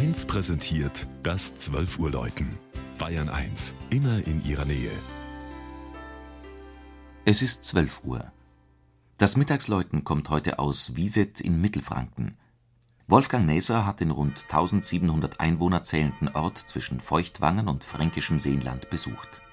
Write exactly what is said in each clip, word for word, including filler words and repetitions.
eins präsentiert das zwölf Uhr Läuten. Bayern eins, immer in ihrer Nähe. Es ist zwölf Uhr. Das Mittagsläuten kommt heute aus Wieset in Mittelfranken. Wolfgang Näser hat den rund tausendsiebenhundert Einwohner zählenden Ort zwischen Feuchtwangen und fränkischem Seenland besucht.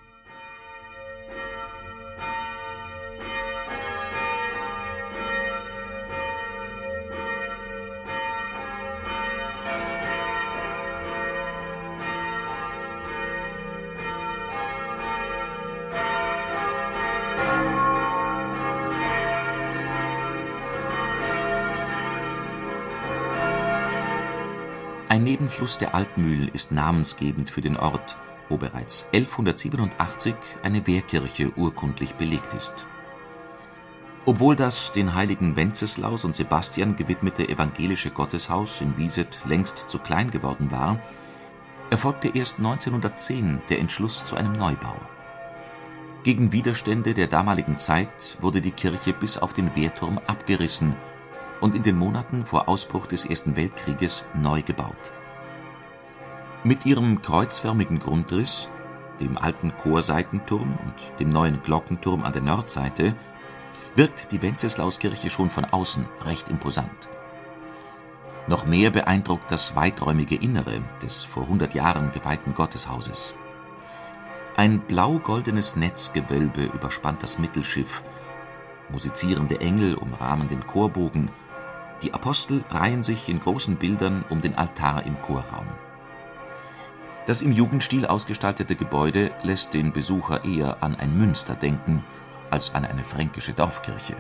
Ein Nebenfluss der Altmühl ist namensgebend für den Ort, wo bereits elfhundertsiebenundachtzig eine Wehrkirche urkundlich belegt ist. Obwohl das den Heiligen Wenceslaus und Sebastian gewidmete evangelische Gotteshaus in Wieset längst zu klein geworden war, erfolgte erst neunzehnhundertzehn der Entschluss zu einem Neubau. Gegen Widerstände der damaligen Zeit wurde die Kirche bis auf den Wehrturm abgerissen und in den Monaten vor Ausbruch des Ersten Weltkrieges neu gebaut. Mit ihrem kreuzförmigen Grundriss, dem alten Chorseitenturm und dem neuen Glockenturm an der Nordseite, wirkt die Wenceslauskirche schon von außen recht imposant. Noch mehr beeindruckt das weiträumige Innere des vor hundert Jahren geweihten Gotteshauses. Ein blau-goldenes Netzgewölbe überspannt das Mittelschiff, musizierende Engel umrahmen den Chorbogen, die Apostel reihen sich in großen Bildern um den Altar im Chorraum. Das im Jugendstil ausgestaltete Gebäude lässt den Besucher eher an ein Münster denken als an eine fränkische Dorfkirche.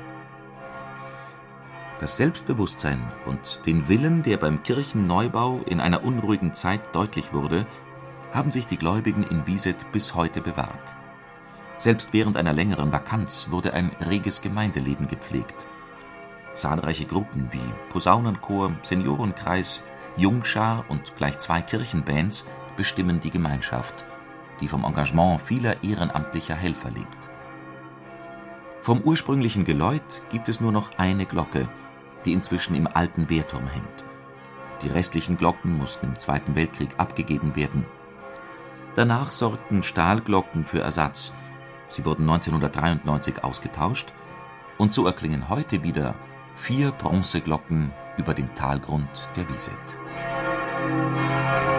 Das Selbstbewusstsein und den Willen, der beim Kirchenneubau in einer unruhigen Zeit deutlich wurde, haben sich die Gläubigen in Wieset bis heute bewahrt. Selbst während einer längeren Vakanz wurde ein reges Gemeindeleben gepflegt. Zahlreiche Gruppen wie Posaunenchor, Seniorenkreis, Jungschar und gleich zwei Kirchenbands bestimmen die Gemeinschaft, die vom Engagement vieler ehrenamtlicher Helfer lebt. Vom ursprünglichen Geläut gibt es nur noch eine Glocke, die inzwischen im alten Wehrturm hängt. Die restlichen Glocken mussten im Zweiten Weltkrieg abgegeben werden. Danach sorgten Stahlglocken für Ersatz. Sie wurden neunzehnhundertdreiundneunzig ausgetauscht und so erklingen heute wieder vier Bronzeglocken über den Talgrund der Wieset.